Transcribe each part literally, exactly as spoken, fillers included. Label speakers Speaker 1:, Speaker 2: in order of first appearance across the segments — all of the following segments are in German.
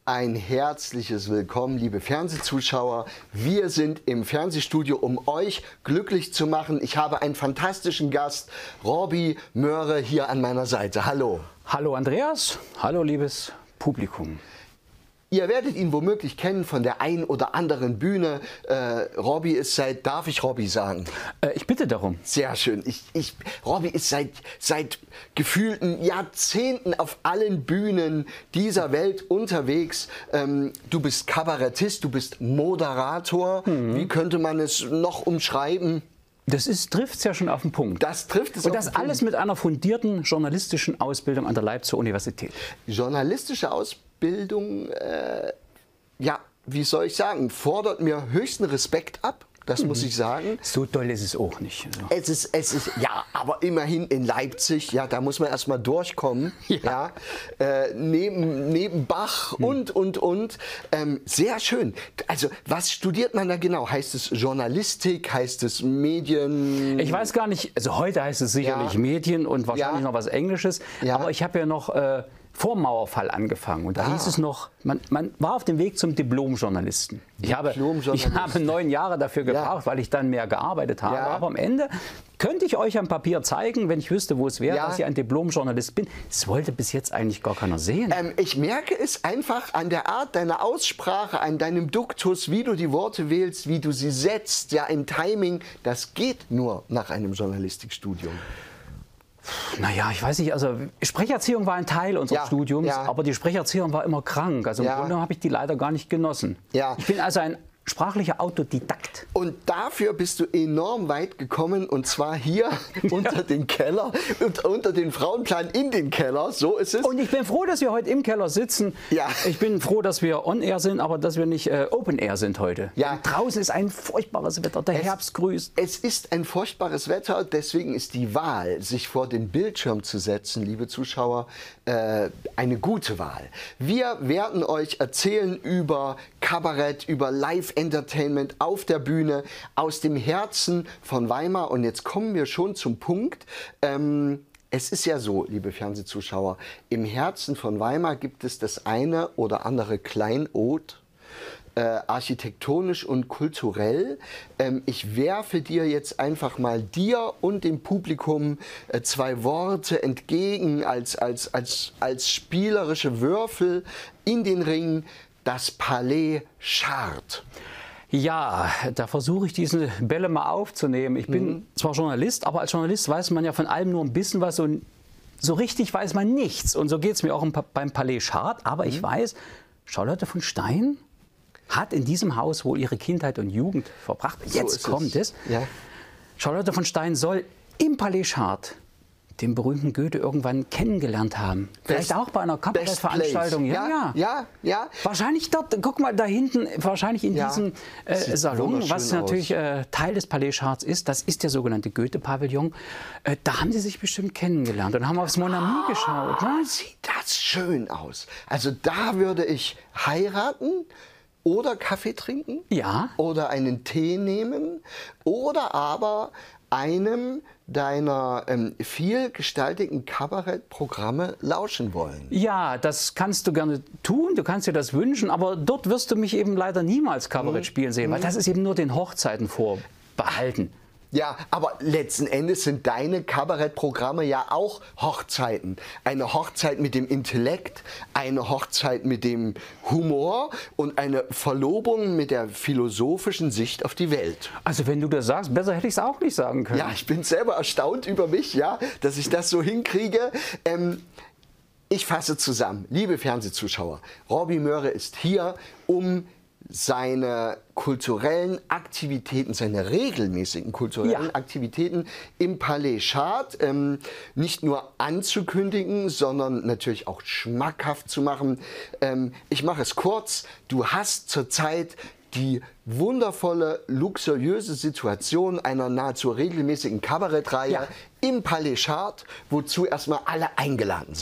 Speaker 1: Ein herzliches Willkommen, liebe Fernsehzuschauer. Wir sind im Fernsehstudio, um euch glücklich zu machen. Ich habe einen fantastischen Gast, Robbie Möhre, hier an meiner Seite. Hallo.
Speaker 2: Hallo Andreas, hallo liebes Publikum.
Speaker 1: Ihr werdet ihn womöglich kennen von der einen oder anderen Bühne. Äh, Robbie ist seit, darf ich Robbie sagen?
Speaker 2: Äh, ich bitte darum.
Speaker 1: Sehr schön. Ich, ich, Robbie ist seit, seit gefühlten Jahrzehnten auf allen Bühnen dieser Welt unterwegs. Ähm, du bist Kabarettist, du bist Moderator. Mhm. Wie könnte man es noch umschreiben?
Speaker 2: Das trifft es ja schon auf den Punkt.
Speaker 1: Das trifft es
Speaker 2: Und das alles mit einer fundierten journalistischen Ausbildung an der Leipziger Universität.
Speaker 1: Journalistische Ausbildung, äh, ja, wie soll ich sagen, fordert mir höchsten Respekt ab. Das mhm. muss ich sagen.
Speaker 2: So toll ist es auch nicht. Also.
Speaker 1: Es ist, es ist, ja, aber immerhin in Leipzig, ja, da muss man erstmal durchkommen. Ja. ja äh, neben, neben Bach mhm. und, und, und. Ähm, sehr schön. Also, was studiert man da genau? Heißt es Journalistik? Heißt es Medien?
Speaker 2: Ich weiß gar nicht. Also, heute heißt es sicherlich ja. Medien und wahrscheinlich ja. noch was Englisches. Ja. Aber ich habe ja noch äh, vor dem Mauerfall angefangen. Und da ah. hieß es noch, man, man war auf dem Weg zum Diplom-Journalisten. Ich habe, ich habe neun Jahre dafür gebraucht, ja. weil ich dann mehr gearbeitet habe. Ja. Aber am Ende könnte ich euch am Papier zeigen, wenn ich wüsste, wo es wäre, ja. dass ich ein Diplom-Journalist bin. Das wollte bis jetzt eigentlich gar keiner sehen.
Speaker 1: Ähm, ich merke es einfach an der Art deiner Aussprache, an deinem Duktus, wie du die Worte wählst, wie du sie setzt, ja, im Timing. Das geht nur nach einem Journalistikstudium.
Speaker 2: Naja, ich weiß nicht, also Sprecherziehung war ein Teil unseres
Speaker 1: ja,
Speaker 2: Studiums,
Speaker 1: ja.
Speaker 2: aber die Sprecherziehung war immer krank. Also im
Speaker 1: ja.
Speaker 2: Grunde habe ich die leider gar nicht genossen.
Speaker 1: Ja.
Speaker 2: Ich bin also ein sprachlicher Autodidakt.
Speaker 1: Und dafür bist du enorm weit gekommen, und zwar hier unter ja. den Keller, und unter den Frauenplan in den Keller, so ist es.
Speaker 2: Und ich bin froh, dass wir heute im Keller sitzen.
Speaker 1: Ja.
Speaker 2: Ich bin froh, dass wir on-air sind, aber dass wir nicht äh, open-air sind heute.
Speaker 1: Ja.
Speaker 2: Draußen ist ein furchtbares Wetter, der
Speaker 1: es,
Speaker 2: Herbst grüßt.
Speaker 1: Es ist ein furchtbares Wetter, deswegen ist die Wahl, sich vor den Bildschirm zu setzen, liebe Zuschauer, äh, eine gute Wahl. Wir werden euch erzählen über Kabarett, über Live-Entertainment auf der Bühne, aus dem Herzen von Weimar. Und jetzt kommen wir schon zum Punkt. Ähm, es ist ja so, liebe Fernsehzuschauer, im Herzen von Weimar gibt es das eine oder andere Kleinod, äh, architektonisch und kulturell. Ähm, ich werfe dir jetzt einfach mal dir und dem Publikum äh, zwei Worte entgegen als, als, als, als spielerische Würfel in den Ring. Das Palais Chart.
Speaker 2: Ja, da versuche ich diese Bälle mal aufzunehmen. Ich bin mhm. zwar Journalist, aber als Journalist weiß man ja von allem nur ein bisschen was und so richtig weiß man nichts. Und so geht es mir auch beim Palais Chart. Aber mhm. ich weiß, Charlotte von Stein hat in diesem Haus wohl ihre Kindheit und Jugend verbracht. Jetzt so kommt es. es. Ja. Charlotte von Stein soll im Palais Chart den berühmten Goethe irgendwann kennengelernt haben. Vielleicht Best, auch bei einer Kabarettveranstaltung. Ja,
Speaker 1: ja, ja, ja.
Speaker 2: Wahrscheinlich dort, guck mal da hinten, wahrscheinlich in ja. diesem äh, Salon, was natürlich äh, Teil des Palais Charts ist. Das ist der sogenannte Goethe-Pavillon. Äh, da haben sie sich bestimmt kennengelernt und haben aufs Mon Ami ah, geschaut. Ne?
Speaker 1: Sieht das schön aus. Also da würde ich heiraten oder Kaffee trinken.
Speaker 2: Ja.
Speaker 1: Oder einen Tee nehmen. Oder aber einem deiner ähm, vielgestaltigen Kabarettprogramme lauschen wollen.
Speaker 2: Ja, das kannst du gerne tun, du kannst dir das wünschen, aber dort wirst du mich eben leider niemals Kabarett mhm. spielen sehen, weil das ist eben nur den Hochzeiten vorbehalten.
Speaker 1: Ja, aber letzten Endes sind deine Kabarettprogramme ja auch Hochzeiten. Eine Hochzeit mit dem Intellekt, eine Hochzeit mit dem Humor und eine Verlobung mit der philosophischen Sicht auf die Welt.
Speaker 2: Also wenn du das sagst, besser hätte ich es auch nicht sagen können.
Speaker 1: Ja, ich bin selber erstaunt über mich, ja, dass ich das so hinkriege. Ähm, ich fasse zusammen, liebe Fernsehzuschauer, Robbie Möhre ist hier, um seine kulturellen Aktivitäten, seine regelmäßigen kulturellen ja. Aktivitäten im Palais Chart ähm, nicht nur anzukündigen, sondern natürlich auch schmackhaft zu machen. Ähm, ich mache es kurz. Du hast zurzeit die wundervolle, luxuriöse Situation einer nahezu regelmäßigen Kabarettreihe ja. im Palais Chart, wozu erstmal alle eingeladen sind.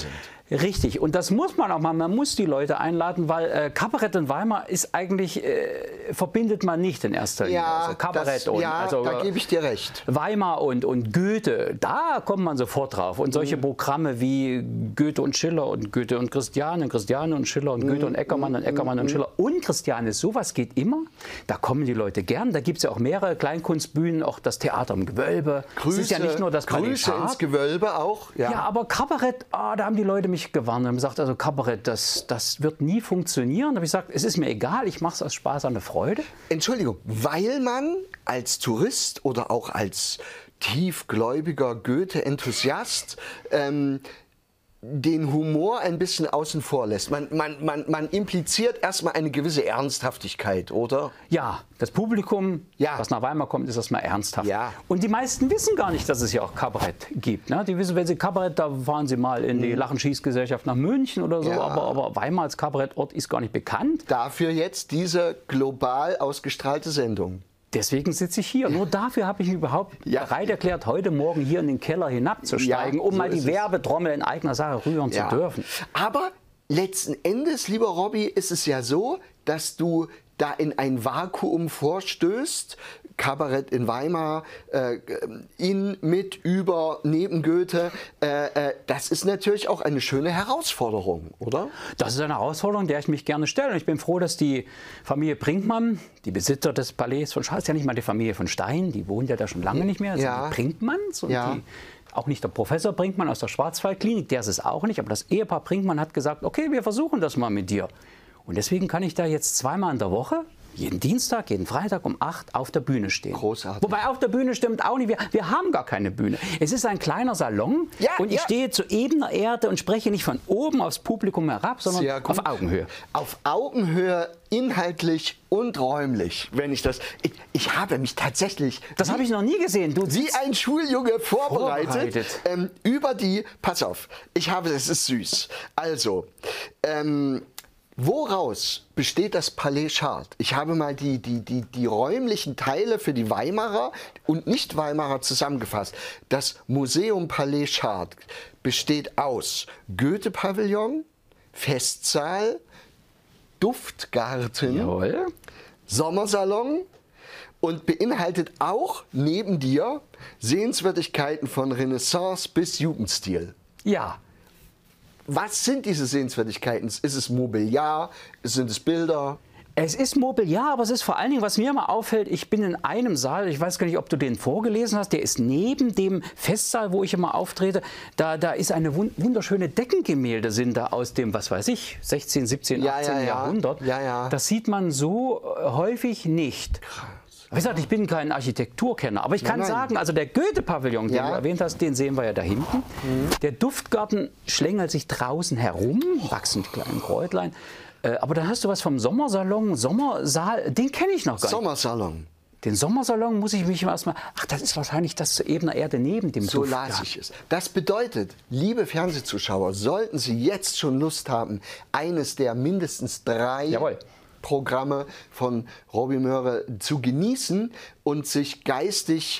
Speaker 2: Richtig, und das muss man auch mal, man muss die Leute einladen, weil äh, Kabarett in Weimar ist eigentlich, äh, verbindet man nicht in erster Linie.
Speaker 1: Ja,
Speaker 2: also Kabarett
Speaker 1: das,
Speaker 2: und,
Speaker 1: ja
Speaker 2: also,
Speaker 1: da gebe ich dir recht.
Speaker 2: Weimar und, und Goethe, da kommt man sofort drauf. Und solche mhm. Programme wie Goethe und Schiller und Goethe und Christiane, Christiane und Schiller und mhm. Goethe und Eckermann und Eckermann mhm. und Schiller und Christiane, sowas geht immer. Da kommen die Leute gern, da gibt es ja auch mehrere Kleinkunstbühnen, auch das Theater im Gewölbe.
Speaker 1: Grüße,
Speaker 2: es ist ja nicht nur das
Speaker 1: Grüße ins Gewölbe auch.
Speaker 2: Ja, ja aber Kabarett, ah, da haben die Leute mich gewarnt und haben gesagt, also Kabarett, das, das wird nie funktionieren. Da habe ich gesagt, es ist mir egal, ich mache es aus Spaß, an der Freude.
Speaker 1: Entschuldigung, weil man als Tourist oder auch als tiefgläubiger Goethe-Enthusiast ähm, den Humor ein bisschen außen vor lässt. Man, man, man, man impliziert erstmal eine gewisse Ernsthaftigkeit, oder?
Speaker 2: Ja, das Publikum,
Speaker 1: ja.
Speaker 2: was nach Weimar kommt, ist erstmal ernsthaft.
Speaker 1: Ja.
Speaker 2: Und die meisten wissen gar nicht, dass es ja auch Kabarett gibt. Ne? Die wissen, wenn sie Kabarett, da fahren sie mal in die
Speaker 1: Mhm.
Speaker 2: Lach-und-Schieß-Gesellschaft nach München oder so.
Speaker 1: Ja.
Speaker 2: Aber, aber Weimar als Kabarettort ist gar nicht bekannt.
Speaker 1: Dafür jetzt diese global ausgestrahlte Sendung.
Speaker 2: Deswegen sitze ich hier. Nur dafür habe ich mich überhaupt
Speaker 1: Ja.
Speaker 2: bereit erklärt, heute Morgen hier in den Keller hinabzusteigen,
Speaker 1: Ja,
Speaker 2: um
Speaker 1: so
Speaker 2: mal die
Speaker 1: ist es.
Speaker 2: Werbetrommel in eigener Sache rühren
Speaker 1: Ja.
Speaker 2: zu dürfen.
Speaker 1: Aber letzten Endes, lieber Robby, ist es ja so, dass du da in ein Vakuum vorstößt. Kabarett in Weimar, äh, in, mit, über, neben Goethe. Äh, äh, das ist natürlich auch eine schöne Herausforderung, oder?
Speaker 2: Das ist eine Herausforderung, der ich mich gerne stelle. Und ich bin froh, dass die Familie Brinkmann, die Besitzer des Palais von Charles, ja nicht mal die Familie von Stein, die wohnt ja da schon lange nicht mehr, das
Speaker 1: Ja.
Speaker 2: sind die Brinkmanns. Und
Speaker 1: Ja.
Speaker 2: die, auch nicht der Professor Brinkmann aus der Schwarzwaldklinik, der ist es auch nicht. Aber das Ehepaar Brinkmann hat gesagt, okay, wir versuchen das mal mit dir. Und deswegen kann ich da jetzt zweimal in der Woche, jeden Dienstag, jeden Freitag um acht auf der Bühne stehen.
Speaker 1: Großartig.
Speaker 2: Wobei auf der Bühne stimmt auch nicht, wir, wir haben gar keine Bühne. Es ist ein kleiner Salon
Speaker 1: Ja,
Speaker 2: und ich
Speaker 1: ja.
Speaker 2: stehe zu ebener Erde und spreche nicht von oben aufs Publikum herab,
Speaker 1: Sehr
Speaker 2: sondern
Speaker 1: gut.
Speaker 2: auf Augenhöhe.
Speaker 1: Auf Augenhöhe, inhaltlich und räumlich, wenn ich das... Ich, ich habe mich tatsächlich...
Speaker 2: Das habe ich noch nie gesehen. Du
Speaker 1: Wie
Speaker 2: sitzt-
Speaker 1: ein Schuljunge vorbereitet,
Speaker 2: Vorbereitet.
Speaker 1: Ähm, über die, pass auf, ich habe, es ist süß. Also, ähm, woraus besteht das Palais Charles? Ich habe mal die, die, die, die räumlichen Teile für die Weimarer und Nicht-Weimarer zusammengefasst. Das Museum Palais Charles besteht aus Goethe-Pavillon, Festsaal, Duftgarten,
Speaker 2: Jawohl.
Speaker 1: Sommersalon und beinhaltet auch neben dir Sehenswürdigkeiten von Renaissance bis Jugendstil.
Speaker 2: Ja.
Speaker 1: Was sind diese Sehenswürdigkeiten? Ist es Mobiliar? Sind es Bilder?
Speaker 2: Es ist Mobiliar, aber es ist vor allen Dingen, was mir immer auffällt, ich bin in einem Saal, ich weiß gar nicht, ob du den vorgelesen hast, der ist neben dem Festsaal, wo ich immer auftrete, da, da ist eine wun- wunderschöne Deckengemälde, sind da aus dem, was weiß ich, sechzehnten, siebzehnten,
Speaker 1: Ja,
Speaker 2: achtzehnten
Speaker 1: ja, ja.
Speaker 2: Jahrhundert.
Speaker 1: Ja, ja.
Speaker 2: Das sieht man so äh, häufig nicht. Wie gesagt, ich bin kein Architekturkenner, aber ich kann
Speaker 1: Nein, nein.
Speaker 2: sagen, also der Goethe-Pavillon, den
Speaker 1: Ja.
Speaker 2: du erwähnt hast, den sehen wir ja da hinten. Der Duftgarten schlängelt sich draußen herum, wachsen die kleinen Kräutlein. Äh, Aber dann hast du was vom Sommersalon, Sommersaal, den kenne ich noch gar nicht.
Speaker 1: Sommersalon.
Speaker 2: Den Sommersalon muss ich mich erstmal, ach, das ist wahrscheinlich das zu ebener Erde neben dem
Speaker 1: So
Speaker 2: Duftgarten.
Speaker 1: las ich es. Das bedeutet, liebe Fernsehzuschauer, sollten Sie jetzt schon Lust haben, eines der mindestens drei
Speaker 2: Jawohl.
Speaker 1: Programme von Robby Möhre zu genießen und sich geistig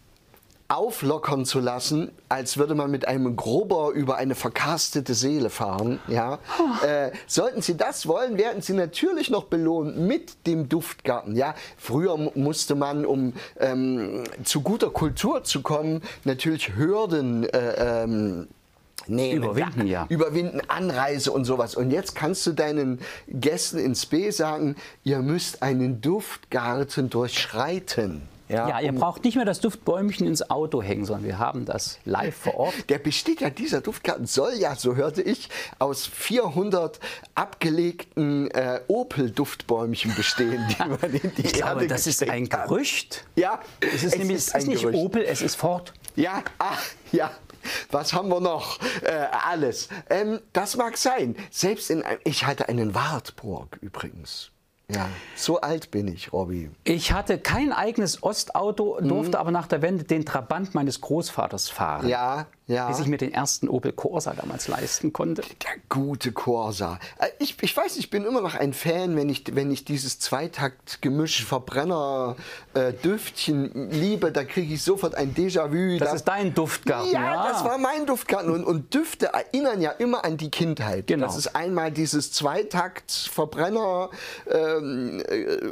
Speaker 1: auflockern zu lassen, als würde man mit einem Grubber über eine verkarstete Seele fahren. Ja? Äh, sollten Sie das wollen, werden Sie natürlich noch belohnt mit dem Duftgarten. Ja? Früher mu- musste man, um ähm, zu guter Kultur zu kommen, natürlich Hürden äh, ähm, nehmen.
Speaker 2: Überwinden, ja.
Speaker 1: Überwinden, Anreise und sowas. Und jetzt kannst du deinen Gästen ins B sagen, ihr müsst einen Duftgarten durchschreiten.
Speaker 2: Ja, ihr
Speaker 1: um-
Speaker 2: braucht nicht mehr das Duftbäumchen ins Auto hängen, sondern wir haben das live vor Ort.
Speaker 1: Der besteht ja, dieser Duftgarten soll ja, so hörte ich, aus vierhundert abgelegten äh, Opel-Duftbäumchen bestehen, die man in die
Speaker 2: Ich glaube,
Speaker 1: Erde
Speaker 2: das ist
Speaker 1: gesteckt
Speaker 2: ein
Speaker 1: hat.
Speaker 2: Gerücht.
Speaker 1: Ja,
Speaker 2: Es ist, nämlich, es
Speaker 1: ein
Speaker 2: ist nicht
Speaker 1: Gerücht.
Speaker 2: Opel, es ist Ford.
Speaker 1: Ja, ach, ja. Was haben wir noch? Äh, alles. Ähm, das mag sein. Selbst in einem, ich hatte einen Wartburg übrigens. Ja, so alt bin ich, Robby.
Speaker 2: Ich hatte kein eigenes Ostauto,
Speaker 1: Mhm.
Speaker 2: durfte aber nach der Wende den Trabant meines Großvaters fahren.
Speaker 1: Ja, Ja.
Speaker 2: bis ich mir den ersten Opel Corsa damals leisten konnte.
Speaker 1: Der gute Corsa. Äh, Ich, ich weiß, ich bin immer noch ein Fan, wenn ich, wenn ich dieses Zweitakt-Gemisch Verbrenner äh, Düftchen liebe, da kriege ich sofort ein Déjà-vu.
Speaker 2: Das
Speaker 1: Da-
Speaker 2: ist dein Duftgarten.
Speaker 1: Ja, das war mein Duftgarten. Und, und Düfte erinnern ja immer an die Kindheit.
Speaker 2: Genau.
Speaker 1: Das ist einmal dieses Zweitakt-Verbrenner ähm, äh,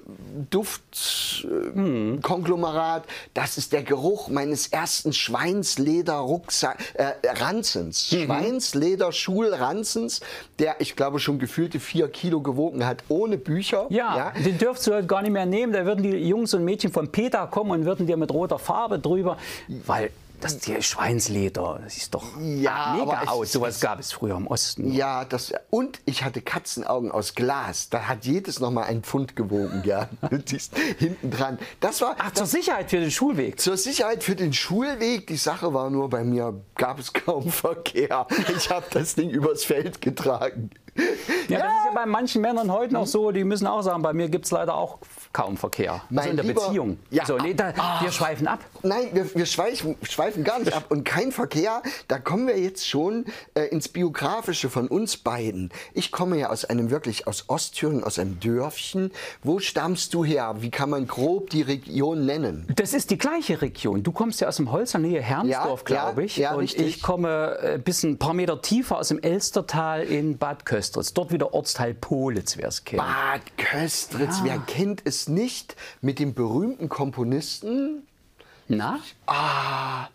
Speaker 1: Duft-Konglomerat. Das ist der Geruch meines ersten Schweinsleder-Rucksack, äh, Ranzens.
Speaker 2: Mhm.
Speaker 1: Schweinsleder-Schulranzens, der, ich glaube, schon gefühlte vier Kilo gewogen hat, ohne Bücher.
Speaker 2: Ja, den dürftest du heute gar nicht mehr nehmen. Da würden die Jungs und Mädchen von Peter kommen und würden dir mit roter Farbe drüber, weil das die Schweinsleder, das ist doch
Speaker 1: Ja,
Speaker 2: mega
Speaker 1: aber es-
Speaker 2: aus. Sowas
Speaker 1: es-
Speaker 2: gab es früher im Osten.
Speaker 1: Ja, das, und ich hatte Katzenaugen aus Glas. Da hat jedes noch mal ein Pfund gewogen, ja. Die ist hinten dran. Das war
Speaker 2: Ach, zur
Speaker 1: das,
Speaker 2: Sicherheit für den Schulweg.
Speaker 1: zur Sicherheit für den Schulweg. Die Sache war nur, bei mir gab es kaum Verkehr. Ich habe das Ding übers Feld getragen.
Speaker 2: Ja, das ist ja bei manchen Männern heute noch so, die müssen auch sagen, bei mir gibt es leider auch kaum Verkehr.
Speaker 1: Mein
Speaker 2: Also in der
Speaker 1: lieber-
Speaker 2: Beziehung.
Speaker 1: Ja.
Speaker 2: So, nee, da, wir schweifen ab.
Speaker 1: Nein, wir, wir schweifen, schweifen gar nicht ab und kein Verkehr. Da kommen wir jetzt schon äh, ins Biografische von uns beiden. Ich komme ja aus einem wirklich aus Ostthüringen, aus einem Dörfchen. Wo stammst du her? Wie kann man grob die Region nennen?
Speaker 2: Das ist die gleiche Region. Du kommst ja aus dem Holzer, Nähe Hermsdorf,
Speaker 1: Ja, ja,
Speaker 2: glaube ich.
Speaker 1: ja,
Speaker 2: und
Speaker 1: richtig.
Speaker 2: ich komme äh, bis ein paar Meter tiefer aus dem Elstertal in Bad Köstritz. Dort wieder Ortsteil Politz, wer es kennt.
Speaker 1: Bad Köstritz, wer kennt es nicht? Mit dem berühmten Komponisten.
Speaker 2: Na?
Speaker 1: Ach,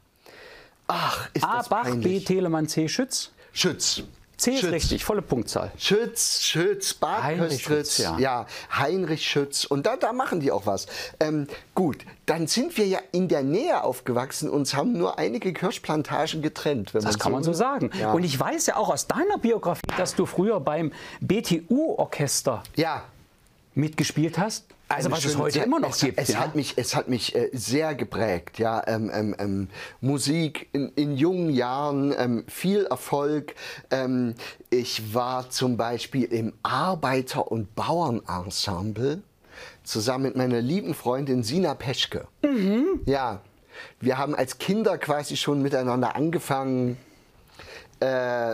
Speaker 1: ist
Speaker 2: A.
Speaker 1: das
Speaker 2: Bach, B.
Speaker 1: peinlich.
Speaker 2: Telemann, C. Schütz.
Speaker 1: Schütz.
Speaker 2: C ist
Speaker 1: Schütz.
Speaker 2: richtig, volle Punktzahl.
Speaker 1: Schütz, Schütz, Bad
Speaker 2: Heinrich
Speaker 1: Köstritz,
Speaker 2: Schütz, ja.
Speaker 1: ja, Heinrich Schütz. Und da, da machen die auch was. Ähm, gut, dann sind wir ja in der Nähe aufgewachsen und uns haben nur einige Kirschplantagen getrennt. Wenn
Speaker 2: Das kann man so sagen.
Speaker 1: Ja.
Speaker 2: Und ich weiß ja auch aus deiner Biografie, dass du früher beim B T U-Orchester
Speaker 1: Ja.
Speaker 2: mitgespielt hast. Also
Speaker 1: Eine
Speaker 2: was es
Speaker 1: schöne
Speaker 2: heute
Speaker 1: Zeit.
Speaker 2: immer noch
Speaker 1: es,
Speaker 2: gibt.
Speaker 1: Es
Speaker 2: ja?
Speaker 1: hat mich, es hat mich äh, sehr geprägt. Ja, ähm, ähm, ähm, Musik in, in jungen Jahren, ähm, viel Erfolg. Ähm, ich war zum Beispiel im Arbeiter- und Bauernensemble zusammen mit meiner lieben Freundin Sina Peschke.
Speaker 2: Mhm.
Speaker 1: Ja, wir haben als Kinder quasi schon miteinander angefangen. Äh,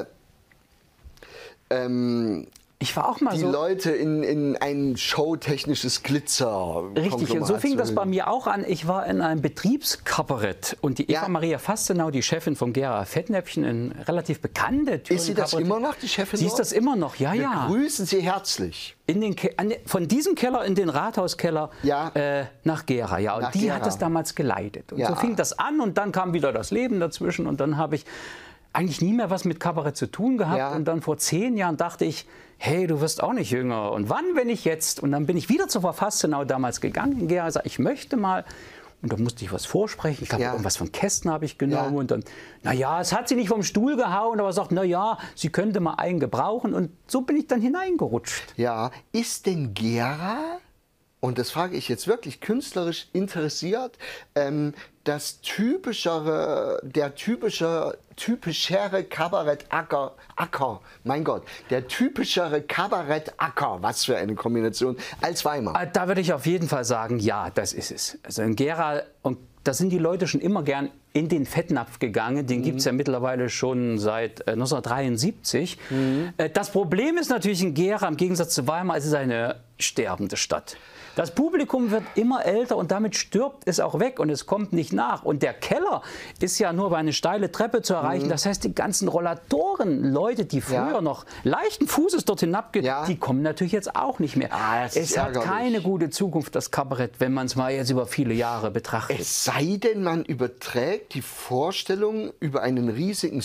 Speaker 1: ähm,
Speaker 2: Ich war auch mal
Speaker 1: die
Speaker 2: so.
Speaker 1: Leute in, in ein showtechnisches Glitzer.
Speaker 2: Richtig, und so fing das bei
Speaker 1: Konglomerat
Speaker 2: mir auch an. Ich war in einem Betriebskabarett und die Eva
Speaker 1: Ja.
Speaker 2: Maria Fastenau, die Chefin vom Gera Fettnäpfchen, eine relativ bekannte
Speaker 1: Ist sie das
Speaker 2: Thüringen-Kabarett-
Speaker 1: immer noch, die Chefin?
Speaker 2: Sie ist
Speaker 1: dort?
Speaker 2: das immer noch, ja,
Speaker 1: Wir
Speaker 2: ja.
Speaker 1: grüßen Sie herzlich.
Speaker 2: In den Ke an, von diesem Keller in den Rathauskeller
Speaker 1: Ja.
Speaker 2: äh, nach Gera. Ja, und
Speaker 1: Nach
Speaker 2: die
Speaker 1: Gera.
Speaker 2: hat das damals geleitet. Und
Speaker 1: Ja.
Speaker 2: so fing das an und dann kam wieder das Leben dazwischen und dann habe ich eigentlich nie mehr was mit Kabarett zu tun gehabt.
Speaker 1: Ja.
Speaker 2: Und dann vor zehn Jahren dachte ich, hey, du wirst auch nicht jünger. Und wann, wenn ich jetzt? Und dann bin ich wieder zur Verfasstenau damals gegangen in Gera, sag, ich möchte mal. Und da musste ich was vorsprechen. Ich glaube,
Speaker 1: Ja.
Speaker 2: irgendwas von Kästen habe ich genommen.
Speaker 1: Ja.
Speaker 2: Und dann, naja, es hat sie nicht vom Stuhl gehauen, aber sagt, naja, sie könnte mal einen gebrauchen. Und so bin ich dann hineingerutscht.
Speaker 1: Ja, ist denn Gera, und das frage ich jetzt wirklich künstlerisch interessiert, ähm, das typischere, der typische, typischere Kabarettacker, Acker, mein Gott, der typischere Kabarettacker, was für eine Kombination, als Weimar.
Speaker 2: Ah, Da würde ich auf jeden Fall sagen, ja, das ist es. Also in Gera, und da sind die Leute schon immer gern in den Fettnapf gegangen. Den gibt es ja mittlerweile schon seit äh, neunzehnhundertdreiundsiebzig. Äh, das Problem ist natürlich in Gera, im Gegensatz zu Weimar, es ist eine sterbende Stadt. Das Publikum wird immer älter und damit stirbt es auch weg und es kommt nicht nach. Und der Keller ist ja nur über eine steile Treppe zu erreichen. Das heißt, die ganzen Rollatoren, Leute, die früher
Speaker 1: Ja.
Speaker 2: noch leichten Fußes dort hinabgehen,
Speaker 1: Ja.
Speaker 2: die kommen natürlich jetzt auch nicht mehr.
Speaker 1: Ah, das ist
Speaker 2: es hat
Speaker 1: ärgerlich.
Speaker 2: keine gute Zukunft, das Kabarett, wenn man es mal jetzt über viele Jahre betrachtet.
Speaker 1: Es sei denn, man überträgt die Vorstellung über einen riesigen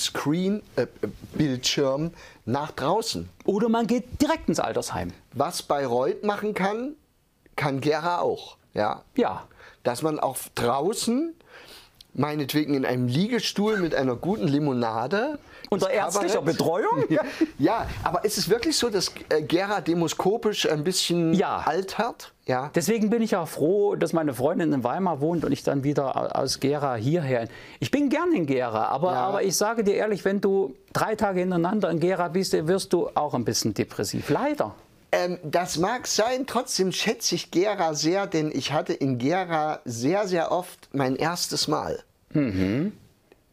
Speaker 1: Screen-Bildschirm nach draußen.
Speaker 2: Oder man geht direkt ins Altersheim.
Speaker 1: Was Bayreuth machen kann, kann Gera auch. Ja?
Speaker 2: Ja.
Speaker 1: Dass man auch draußen, meinetwegen in einem Liegestuhl mit einer guten Limonade.
Speaker 2: Unter
Speaker 1: das
Speaker 2: ärztlicher
Speaker 1: Kabarett-
Speaker 2: Betreuung?
Speaker 1: Ja, ja, aber ist es wirklich so, dass äh, Gera demoskopisch ein bisschen
Speaker 2: Ja.
Speaker 1: altert? Ja.
Speaker 2: Deswegen bin ich auch froh, dass meine Freundin in Weimar wohnt und ich dann wieder aus Gera hierher. Ich bin gern in Gera, aber,
Speaker 1: Ja.
Speaker 2: aber ich sage dir ehrlich, wenn du drei Tage hintereinander in Gera bist, wirst du auch ein bisschen depressiv. Leider.
Speaker 1: Ähm, das mag sein, trotzdem schätze ich Gera sehr, denn ich hatte in Gera sehr, sehr oft mein erstes Mal.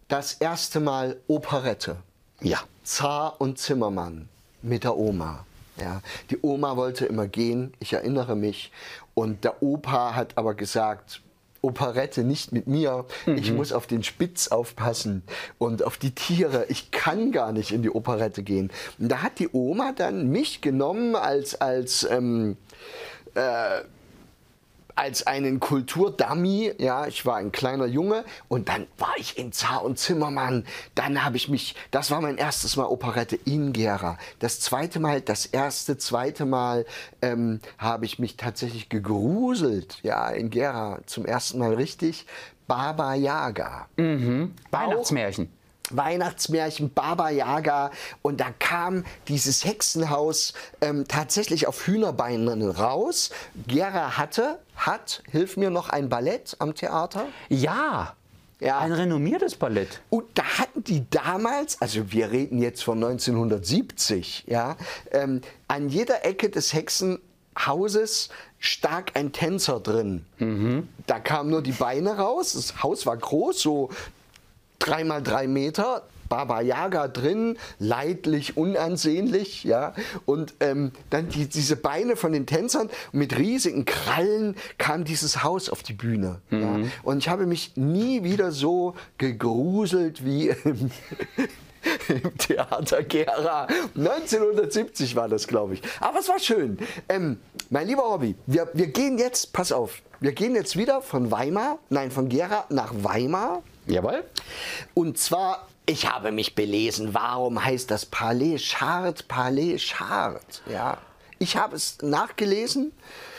Speaker 1: das erste Mal Operette.
Speaker 2: Ja.
Speaker 1: Zar und Zimmermann mit der Oma. Ja, die Oma wollte immer gehen, ich erinnere mich. Und der Opa hat aber gesagt, Operette nicht mit mir, mhm. ich muss auf den Spitz aufpassen und auf die Tiere, ich kann gar nicht in die Operette gehen. Und da hat die Oma dann mich genommen als, als ähm, äh, als einen Kulturdummy, ja, ich war ein kleiner Junge und dann war ich in Zar und Zimmermann, dann habe ich mich, das war mein erstes Mal Operette in Gera. Das zweite Mal, das erste, zweite Mal ähm, habe ich mich tatsächlich gegruselt, ja, in Gera, zum ersten Mal richtig, Baba Yaga.
Speaker 2: Mhm. Weihnachtsmärchen.
Speaker 1: Weihnachtsmärchen, Baba Yaga, und da kam dieses Hexenhaus ähm, tatsächlich auf Hühnerbeinen raus. Gera hatte, hat, hilf mir noch, ein Ballett am Theater.
Speaker 2: Ja, ja, ein renommiertes Ballett.
Speaker 1: Und da hatten die damals, also wir reden jetzt von neunzehnhundertsiebzig, ja, ähm, an jeder Ecke des Hexenhauses stak ein Tänzer drin. Mhm. Da kamen nur die Beine raus, das Haus war groß, so drei mal drei Meter, Baba Yaga drin, leidlich, unansehnlich, ja, und ähm, dann die, diese Beine von den Tänzern, mit riesigen Krallen kam dieses Haus auf die Bühne. Mhm. Ja. Und ich habe mich nie wieder so gegruselt wie im, im Theater Gera. neunzehnhundertsiebzig war das, glaube ich. Aber es war schön. Ähm, mein lieber Robby, wir, wir gehen jetzt, pass auf, wir gehen jetzt wieder von Weimar, nein, von Gera nach Weimar.
Speaker 2: Jawohl.
Speaker 1: Und zwar, ich habe mich belesen, warum heißt das Palais Chart Palais Chart? Ja, ich habe es nachgelesen.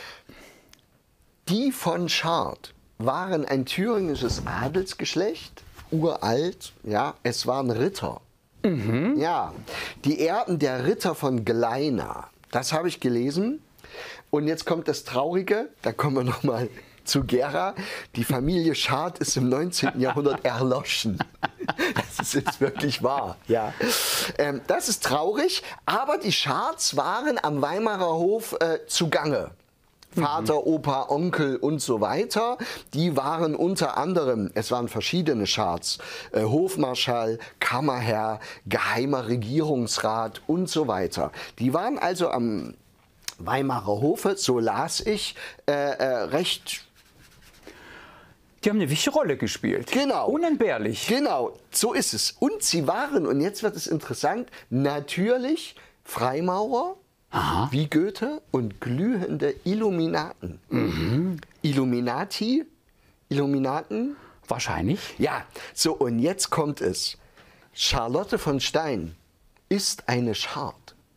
Speaker 1: Die von Chart waren ein thüringisches Adelsgeschlecht, uralt, ja, es waren Ritter. Mhm. Ja, die Erben der Ritter von Gleina, das habe ich gelesen. Und jetzt kommt das Traurige, da kommen wir nochmal zu Gera. Die Familie Chart ist im neunzehnten Jahrhundert erloschen. Das ist jetzt wirklich wahr. Ja. Ähm, das ist traurig, aber die Charts waren am Weimarer Hof äh, zugange. Vater, mhm. Opa, Onkel und so weiter, die waren unter anderem, es waren verschiedene Charts, äh, Hofmarschall, Kammerherr, geheimer Regierungsrat und so weiter. Die waren also am Weimarer Hofe, so las ich, äh, äh, recht...
Speaker 2: Die haben eine wichtige Rolle gespielt.
Speaker 1: Genau.
Speaker 2: Unentbehrlich.
Speaker 1: Genau, so ist es. Und sie waren, und jetzt wird es interessant, natürlich Freimaurer, aha, wie Goethe, und glühende Illuminaten. Mhm. Illuminati? Illuminaten?
Speaker 2: Wahrscheinlich.
Speaker 1: Ja, so, und jetzt kommt es. Charlotte von Stein ist eine Chart.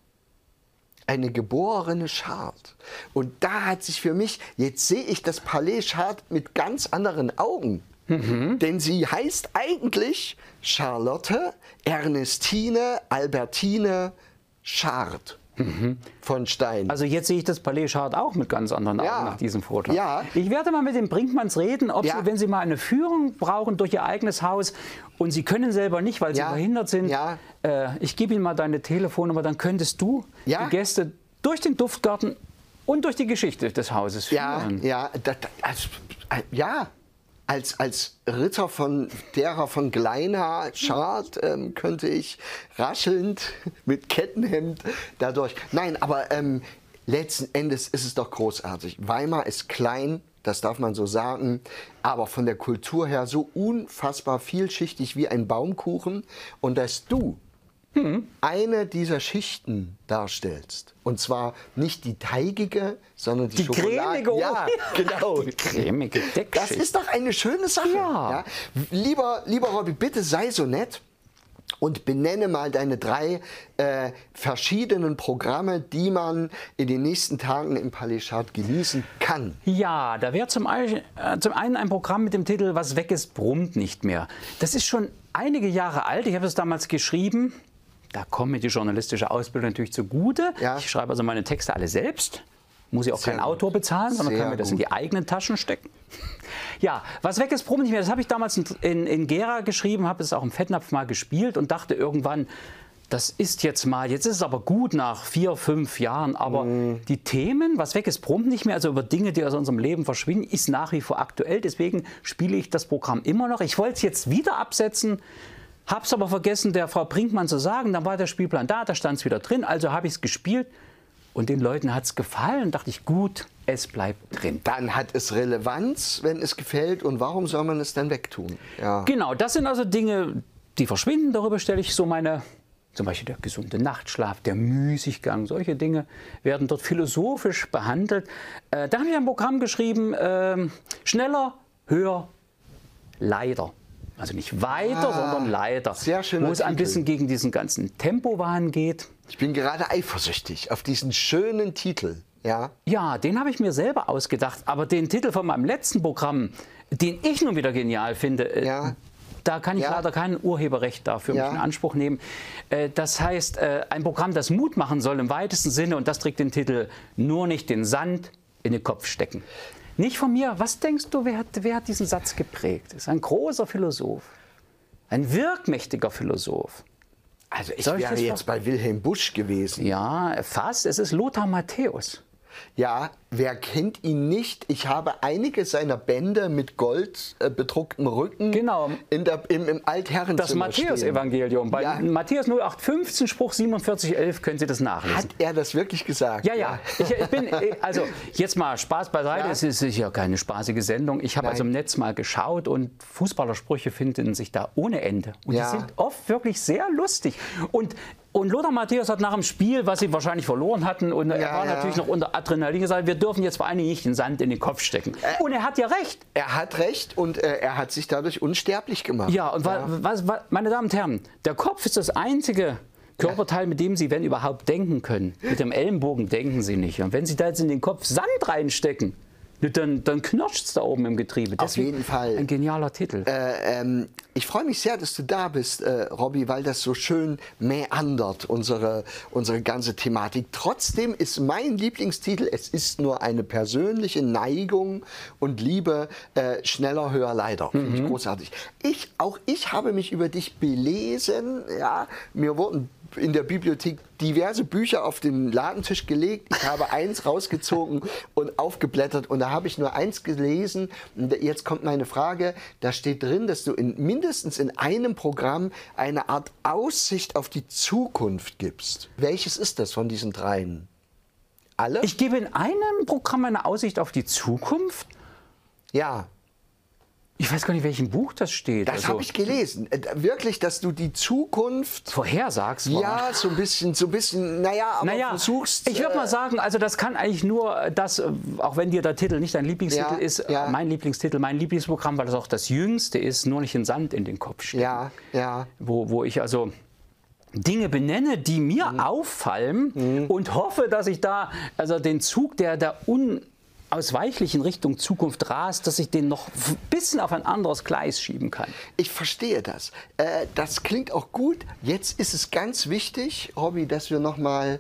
Speaker 1: Eine geborene Chart. Und da hat sich für mich, jetzt sehe ich das Palais Chart mit ganz anderen Augen. Mhm. Denn sie heißt eigentlich Charlotte Ernestine Albertine Chart. Mhm. Von Stein.
Speaker 2: Also jetzt sehe ich das Palais Chart auch mit ganz anderen Augen, ja, nach diesem Foto.
Speaker 1: Ja.
Speaker 2: Ich werde mal mit den Brinkmanns reden, ob
Speaker 1: ja.
Speaker 2: sie, wenn sie mal eine Führung brauchen durch ihr eigenes Haus und sie können selber nicht, weil sie
Speaker 1: ja.
Speaker 2: verhindert sind,
Speaker 1: ja.
Speaker 2: äh, ich gebe ihnen mal deine Telefonnummer, dann könntest du
Speaker 1: ja.
Speaker 2: die Gäste durch den Duftgarten und durch die Geschichte des Hauses führen.
Speaker 1: Ja, ja, das, also, ja. Als, als Ritter von derer von Gleina Chart ähm, könnte ich raschelnd mit Kettenhemd dadurch. Nein, aber ähm, letzten Endes ist es doch großartig. Weimar ist klein, das darf man so sagen, aber von der Kultur her so unfassbar vielschichtig wie ein Baumkuchen. Und dass du hm. eine dieser Schichten darstellst. Und zwar nicht die teigige, sondern die, die Schokolade.
Speaker 2: Cremige.
Speaker 1: Ja, genau.
Speaker 2: Die cremige Deckschicht.
Speaker 1: Das ist doch eine schöne Sache.
Speaker 2: Ja.
Speaker 1: Ja. Lieber, lieber Robby, bitte sei so nett und benenne mal deine drei äh, verschiedenen Programme, die man in den nächsten Tagen im Palais Chart genießen kann.
Speaker 2: Ja, da wäre zum, äh, zum einen ein Programm mit dem Titel Was weg ist, brummt nicht mehr. Das ist schon einige Jahre alt. Ich habe es damals geschrieben. Da kommt mir die journalistische Ausbildung natürlich zugute. Ja. Ich schreibe also meine Texte alle selbst. Muss ich auch Sehr keinen gut. Autor bezahlen, sondern Sehr kann mir das gut. in die eigenen Taschen stecken. Ja, was weg ist, brummt nicht mehr. Das habe ich damals in, in Gera geschrieben, habe es auch im Fettnapf mal gespielt und dachte irgendwann, das ist jetzt mal, jetzt ist es aber gut nach vier, fünf Jahren, aber mm. die Themen, was weg ist, brummt nicht mehr, also über Dinge, die aus unserem Leben verschwinden, ist nach wie vor aktuell. Deswegen spiele ich das Programm immer noch. Ich wollte es jetzt wieder absetzen, habe es aber vergessen, der Frau Brinkmann zu sagen. Dann war der Spielplan da, da stand es wieder drin, also habe ich es gespielt. Und den Leuten hat es gefallen. Dachte ich, gut, es bleibt drin.
Speaker 1: Dann hat es Relevanz, wenn es gefällt. Und warum soll man es dann wegtun? Ja.
Speaker 2: Genau, das sind also Dinge, die verschwinden. Darüber stelle ich so meine, zum Beispiel der gesunde Nachtschlaf, der Müßiggang. Solche Dinge werden dort philosophisch behandelt. Äh, da habe ich ein Programm geschrieben, äh, schneller, höher, leider. Also nicht weiter, ah, sondern leider.
Speaker 1: Sehr schön.
Speaker 2: Wo es ein bisschen gegen diesen ganzen Tempowahn geht.
Speaker 1: Ich bin gerade eifersüchtig auf diesen schönen Titel. Ja,
Speaker 2: ja, den habe ich mir selber ausgedacht. Aber den Titel von meinem letzten Programm, den ich nun wieder genial finde, ja. da kann ich ja. leider kein Urheberrecht dafür ja. mich in Anspruch nehmen. Das heißt, ein Programm, das Mut machen soll im weitesten Sinne, und das trägt den Titel "Nur nicht den Sand in den Kopf stecken". Nicht von mir. Was denkst du, wer hat, wer hat diesen Satz geprägt? Das ist ein großer Philosoph, ein wirkmächtiger Philosoph.
Speaker 1: Also ich wäre jetzt bei Wilhelm Busch gewesen.
Speaker 2: Ja, fast. Es ist Lothar Matthäus.
Speaker 1: Ja, wer kennt ihn nicht? Ich habe einige seiner Bände mit Gold äh, bedrucktem Rücken
Speaker 2: genau.
Speaker 1: in der, im, im Altherrenzimmer
Speaker 2: Das Matthäus-Evangelium. Bei ja. Matthäus null acht fünfzehn, Spruch siebenundvierzig elf können Sie das nachlesen.
Speaker 1: Hat er das wirklich gesagt?
Speaker 2: Ja, ja. Ich, ich bin, also jetzt mal Spaß beiseite. Ja. Es ist sicher keine spaßige Sendung. Ich habe also im Netz mal geschaut und Fußballersprüche finden sich da ohne Ende. Und ja. die sind oft wirklich sehr lustig. Und Und Lothar Matthäus hat nach dem Spiel, was sie wahrscheinlich verloren hatten, und ja, er war ja. natürlich noch unter Adrenalin, gesagt, wir dürfen jetzt vor allen Dingen nicht den Sand in den Kopf stecken. Äh, und er hat ja recht.
Speaker 1: Er hat recht und äh, er hat sich dadurch unsterblich gemacht.
Speaker 2: Ja, und ja. Was, was, meine Damen und Herren, der Kopf ist das einzige Körperteil, mit dem Sie, wenn überhaupt, denken können. Mit dem Ellenbogen denken Sie nicht. Und wenn Sie da jetzt in den Kopf Sand reinstecken, Dann, dann knirscht es da oben im Getriebe.
Speaker 1: Auf Deswegen jeden Fall.
Speaker 2: Ein genialer Titel.
Speaker 1: Äh, ähm, ich freue mich sehr, dass du da bist, äh, Robby, weil das so schön mäandert, unsere, unsere ganze Thematik. Trotzdem ist mein Lieblingstitel, es ist nur eine persönliche Neigung und Liebe, äh, schneller, höher, leider. Finde mhm. ich großartig. Ich, auch ich habe mich über dich belesen. Ja, mir wurden in der Bibliothek diverse Bücher auf den Ladentisch gelegt. Ich habe eins rausgezogen und aufgeblättert und da habe ich nur eins gelesen. Und jetzt kommt meine Frage. Da steht drin, dass du in, mindestens in einem Programm eine Art Aussicht auf die Zukunft gibst. Welches ist das von diesen dreien? Alle?
Speaker 2: Ich gebe in einem Programm eine Aussicht auf die Zukunft?
Speaker 1: Ja.
Speaker 2: Ich weiß gar nicht, welchem Buch das steht.
Speaker 1: Das also, habe ich gelesen. Äh, wirklich, dass du die Zukunft
Speaker 2: vorhersagst.
Speaker 1: Ja, so ein bisschen, so ein bisschen, naja, aber
Speaker 2: naja,
Speaker 1: versuchst.
Speaker 2: Ich würde mal sagen, also das kann eigentlich nur das, auch wenn dir der Titel nicht dein Lieblingstitel
Speaker 1: ja,
Speaker 2: ist,
Speaker 1: ja.
Speaker 2: mein Lieblingstitel, mein Lieblingsprogramm, weil das auch das jüngste ist, nur nicht den Sand in den Kopf stecken.
Speaker 1: Ja, ja.
Speaker 2: Wo, wo ich also Dinge benenne, die mir mhm. auffallen mhm. und hoffe, dass ich da also den Zug der, der un ausweichlich in Richtung Zukunft rast, dass ich den noch ein bisschen auf ein anderes Gleis schieben kann.
Speaker 1: Ich verstehe das. Äh, das klingt auch gut. Jetzt ist es ganz wichtig, Robby, dass wir noch mal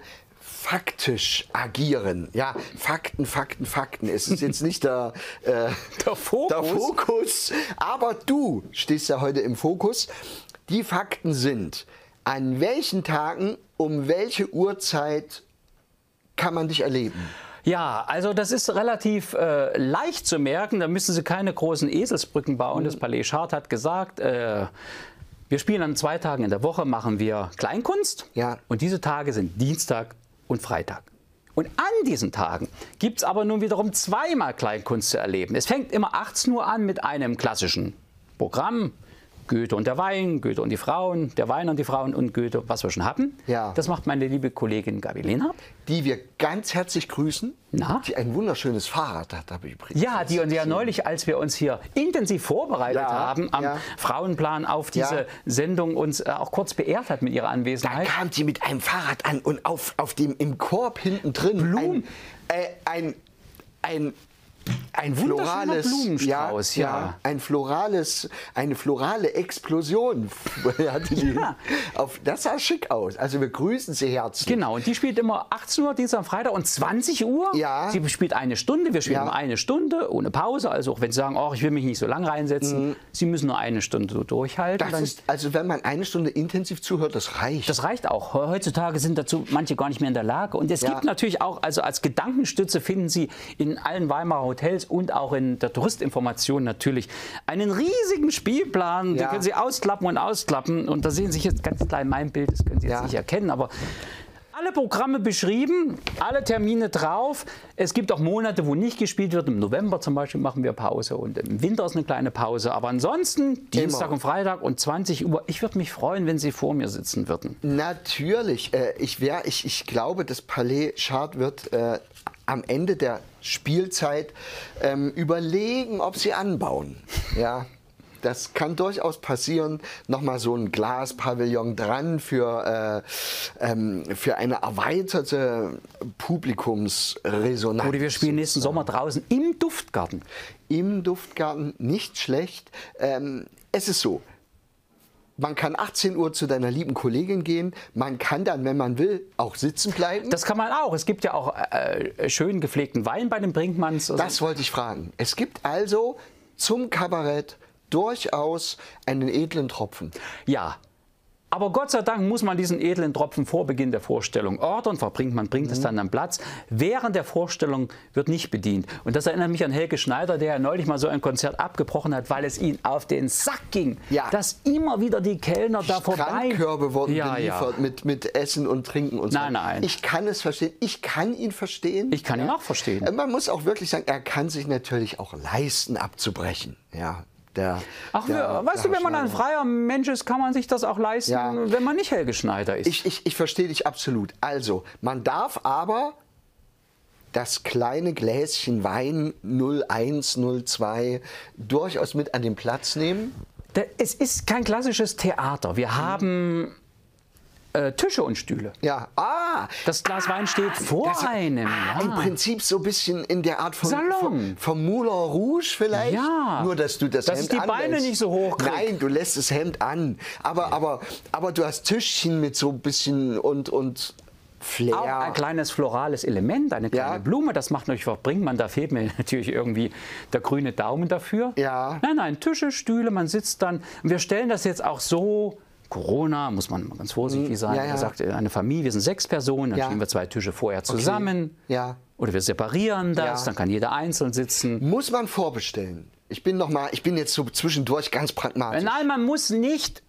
Speaker 1: faktisch agieren. Ja, Fakten, Fakten, Fakten. Es ist jetzt nicht der, äh,
Speaker 2: der, Fokus.
Speaker 1: der Fokus, aber du stehst ja heute im Fokus. Die Fakten sind, an welchen Tagen, um welche Uhrzeit kann man dich erleben?
Speaker 2: Ja, also das ist relativ äh, leicht zu merken. Da müssen Sie keine großen Eselsbrücken bauen. Mhm. Das Palais Chart hat gesagt, äh, wir spielen an zwei Tagen in der Woche, machen wir Kleinkunst.
Speaker 1: Ja.
Speaker 2: Und diese Tage sind Dienstag und Freitag. Und an diesen Tagen gibt es aber nun wiederum zweimal Kleinkunst zu erleben. Es fängt immer achtzehn Uhr an mit einem klassischen Programm. Goethe und der Wein, Goethe und die Frauen, der Wein und die Frauen und Goethe, was wir schon hatten.
Speaker 1: Ja.
Speaker 2: Das macht meine liebe Kollegin Gabi Lehnhardt.
Speaker 1: Die wir ganz herzlich grüßen.
Speaker 2: Na?
Speaker 1: Die ein wunderschönes Fahrrad hat, habe ich übrigens.
Speaker 2: Ja, die und ja neulich, als wir uns hier intensiv vorbereitet ja, haben am ja. Frauenplan auf diese ja. Sendung, uns äh, auch kurz beehrt hat mit ihrer Anwesenheit.
Speaker 1: Da kam sie mit einem Fahrrad an und auf, auf dem im Korb hinten drin
Speaker 2: Blumen.
Speaker 1: ein, äh, ein, ein Ein
Speaker 2: wunderschöner
Speaker 1: florales
Speaker 2: Blumenstrauß,
Speaker 1: ja,
Speaker 2: ja.
Speaker 1: ja. Ein florales, eine florale Explosion. hatte die
Speaker 2: Ja.
Speaker 1: auf, das sah schick aus. Also wir grüßen Sie herzlich.
Speaker 2: Genau, und die spielt immer achtzehn Uhr, Dienstag, Freitag und zwanzig Uhr.
Speaker 1: Ja.
Speaker 2: Sie spielt eine Stunde, wir spielen
Speaker 1: Ja.
Speaker 2: immer eine Stunde ohne Pause. Also auch wenn Sie sagen, oh, ich will mich nicht so lang reinsetzen, mhm. Sie müssen nur eine Stunde so durchhalten.
Speaker 1: Das ist, also wenn man eine Stunde intensiv zuhört, das reicht.
Speaker 2: Das reicht auch. Heutzutage sind dazu manche gar nicht mehr in der Lage. Und es
Speaker 1: Ja.
Speaker 2: gibt natürlich auch, also als Gedankenstütze finden Sie in allen Weimarer Hotels und auch in der Touristinformation natürlich einen riesigen Spielplan.
Speaker 1: Ja.
Speaker 2: Den können Sie ausklappen und ausklappen. Und da sehen Sie jetzt ganz klein mein Bild, das können Sie jetzt
Speaker 1: Ja.
Speaker 2: nicht erkennen, aber alle Programme beschrieben, alle Termine drauf. Es gibt auch Monate, wo nicht gespielt wird. Im November zum Beispiel machen wir Pause und im Winter ist eine kleine Pause. Aber ansonsten Dienstag und Freitag und zwanzig Uhr. Ich würde mich freuen, wenn Sie vor mir sitzen würden.
Speaker 1: Natürlich. Äh, ich, wär, ich, ich glaube, das Palais Chart wird äh, am Ende der Spielzeit ähm, überlegen, ob sie anbauen. Ja. Das kann durchaus passieren. Nochmal so ein Glaspavillon dran für, äh, ähm, für eine erweiterte Publikumsresonanz.
Speaker 2: Oder wir spielen nächsten Sommer draußen im Duftgarten.
Speaker 1: Im Duftgarten, nicht schlecht. Ähm, es ist so, man kann achtzehn Uhr zu deiner lieben Kollegin gehen. Man kann dann, wenn man will, auch sitzen bleiben.
Speaker 2: Das kann man auch. Es gibt ja auch äh, schön gepflegten Wein bei den Brinkmanns. Also
Speaker 1: das wollte ich fragen. Es gibt also zum Kabarett durchaus einen edlen Tropfen.
Speaker 2: Ja. Aber Gott sei Dank muss man diesen edlen Tropfen vor Beginn der Vorstellung ordern. Verbringt man bringt mhm. es dann am Platz. Während der Vorstellung wird nicht bedient. Und das erinnert mich an Helge Schneider, der neulich mal so ein Konzert abgebrochen hat, weil es ihm auf den Sack ging,
Speaker 1: ja.
Speaker 2: dass immer wieder die Kellner da vorbei...
Speaker 1: Strandkörbe wurden
Speaker 2: ja,
Speaker 1: beliefert
Speaker 2: ja.
Speaker 1: Mit, mit Essen und Trinken und so.
Speaker 2: Nein, nein.
Speaker 1: Ich kann es verstehen. Ich kann ihn verstehen.
Speaker 2: Ich kann
Speaker 1: ja.
Speaker 2: ihn auch verstehen.
Speaker 1: Man muss auch wirklich sagen, er kann sich natürlich auch leisten, abzubrechen. Ja. Der,
Speaker 2: Ach,
Speaker 1: der,
Speaker 2: weißt
Speaker 1: der
Speaker 2: du, wenn man ein freier Mensch ist, kann man sich das auch leisten,
Speaker 1: ja.
Speaker 2: wenn man nicht Helge Schneider ist.
Speaker 1: Ich, ich, ich verstehe dich absolut. Also, man darf aber das kleine Gläschen Wein null eins, null zwei durchaus mit an den Platz nehmen.
Speaker 2: Es ist kein klassisches Theater. Wir haben äh, Tische und Stühle.
Speaker 1: Ja, ah!
Speaker 2: Das Glas Wein steht vor
Speaker 1: das,
Speaker 2: einem.
Speaker 1: Ah,
Speaker 2: Ja.
Speaker 1: Im Prinzip so ein bisschen in der Art von,
Speaker 2: Salon.
Speaker 1: von, von Moulin Rouge vielleicht.
Speaker 2: Ja.
Speaker 1: Nur, dass du das
Speaker 2: Dass
Speaker 1: Hemd
Speaker 2: ich die Beine
Speaker 1: anlässt.
Speaker 2: nicht so hoch krieg.
Speaker 1: Nein, du lässt das Hemd an. Aber, aber, aber du hast Tischchen mit so ein bisschen und, und Flair.
Speaker 2: Auch ein kleines florales Element, eine kleine
Speaker 1: Ja.
Speaker 2: Blume, das macht natürlich Brinkmann, da fehlt mir natürlich irgendwie der grüne Daumen dafür.
Speaker 1: Ja.
Speaker 2: Nein, nein, Tische, Stühle, man sitzt dann. Und wir stellen das jetzt auch so, Corona, muss man mal ganz vorsichtig sein.
Speaker 1: Ja, ja.
Speaker 2: Er sagt, eine Familie, wir sind sechs Personen, dann
Speaker 1: Ja.
Speaker 2: stellen wir zwei Tische vorher zusammen.
Speaker 1: Okay. Ja.
Speaker 2: Oder wir separieren das,
Speaker 1: Ja.
Speaker 2: dann kann jeder einzeln sitzen.
Speaker 1: Muss man vorbestellen? Ich bin noch mal, ich bin jetzt so zwischendurch ganz pragmatisch.
Speaker 2: Nein, man muss nicht.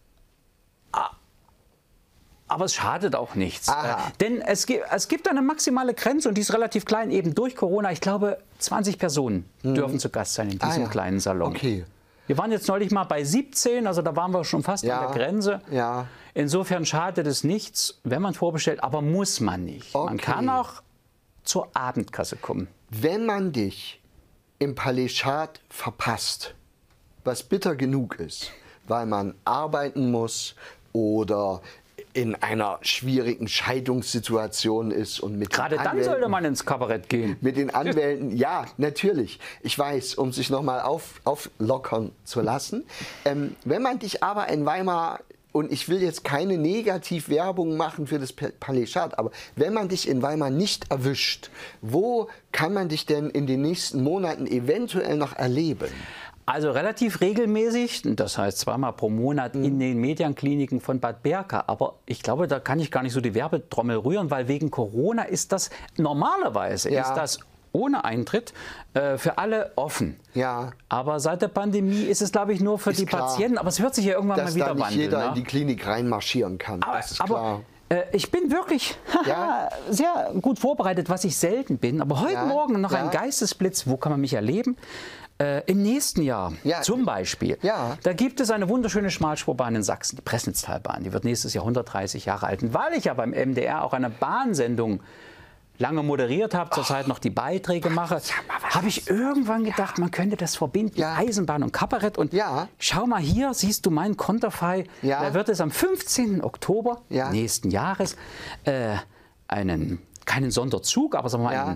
Speaker 2: Aber es schadet auch nichts.
Speaker 1: Aha.
Speaker 2: Äh, denn es, gi- es gibt eine maximale Grenze und die ist relativ klein, eben durch Corona. Ich glaube, zwanzig Personen dürfen zu Gast sein in diesem
Speaker 1: Ah, ja.
Speaker 2: kleinen Salon.
Speaker 1: Okay.
Speaker 2: Wir waren jetzt neulich mal bei siebzehn, also da waren wir schon fast
Speaker 1: Ja.
Speaker 2: an der Grenze.
Speaker 1: Ja.
Speaker 2: Insofern schadet es nichts, wenn man vorbestellt, aber muss man nicht. Man
Speaker 1: Okay.
Speaker 2: kann auch zur Abendkasse kommen.
Speaker 1: Wenn man dich im Palais Chart verpasst, was bitter genug ist, weil man arbeiten muss oder in einer schwierigen Scheidungssituation ist und mit
Speaker 2: Gerade
Speaker 1: den
Speaker 2: dann
Speaker 1: Anwälten,
Speaker 2: sollte man ins Kabarett gehen.
Speaker 1: mit den Anwälten, ja, natürlich. Ich weiß, um sich nochmal auf, auflockern zu lassen. Ähm, wenn man dich aber in Weimar, und ich will jetzt keine Negativwerbung machen für das Palais Chart, aber wenn man dich in Weimar nicht erwischt, wo kann man dich denn in den nächsten Monaten eventuell noch erleben?
Speaker 2: Also relativ regelmäßig, das heißt zweimal pro Monat in den Medienkliniken von Bad Berka. Aber ich glaube, da kann ich gar nicht so die Werbetrommel rühren, weil wegen Corona ist das normalerweise
Speaker 1: Ja.
Speaker 2: ist das ohne Eintritt äh, für alle offen.
Speaker 1: Ja.
Speaker 2: Aber seit der Pandemie ist es, glaube ich, nur für
Speaker 1: Ist
Speaker 2: die
Speaker 1: klar.
Speaker 2: Patienten. Aber es wird sich ja irgendwann
Speaker 1: Dass
Speaker 2: mal wieder
Speaker 1: da nicht
Speaker 2: wandeln.
Speaker 1: jeder
Speaker 2: Ne?
Speaker 1: in die Klinik reinmarschieren kann.
Speaker 2: Aber,
Speaker 1: das ist klar.
Speaker 2: aber äh, ich bin wirklich
Speaker 1: Ja.
Speaker 2: sehr gut vorbereitet, was ich selten bin. Aber heute
Speaker 1: Ja.
Speaker 2: Morgen noch
Speaker 1: Ja.
Speaker 2: ein Geistesblitz. Wo kann man mich erleben? Äh, Im nächsten Jahr
Speaker 1: Ja.
Speaker 2: zum Beispiel.
Speaker 1: Ja.
Speaker 2: Da gibt es eine wunderschöne Schmalspurbahn in Sachsen, die Pressnitztalbahn. Die wird nächstes Jahr hundertdreißig Jahre alt. Und weil ich ja beim M D R auch eine Bahnsendung lange moderiert habe, zurzeit noch die Beiträge mache, habe ich irgendwann gedacht, man könnte das verbinden,
Speaker 1: Ja.
Speaker 2: Eisenbahn und Kabarett. Und
Speaker 1: Ja.
Speaker 2: schau mal hier, siehst du mein Konterfei.
Speaker 1: Ja.
Speaker 2: Da wird es am fünfzehnten Oktober
Speaker 1: Ja.
Speaker 2: nächsten Jahres äh, einen, keinen Sonderzug, aber sagen wir mal
Speaker 1: Ja.
Speaker 2: einen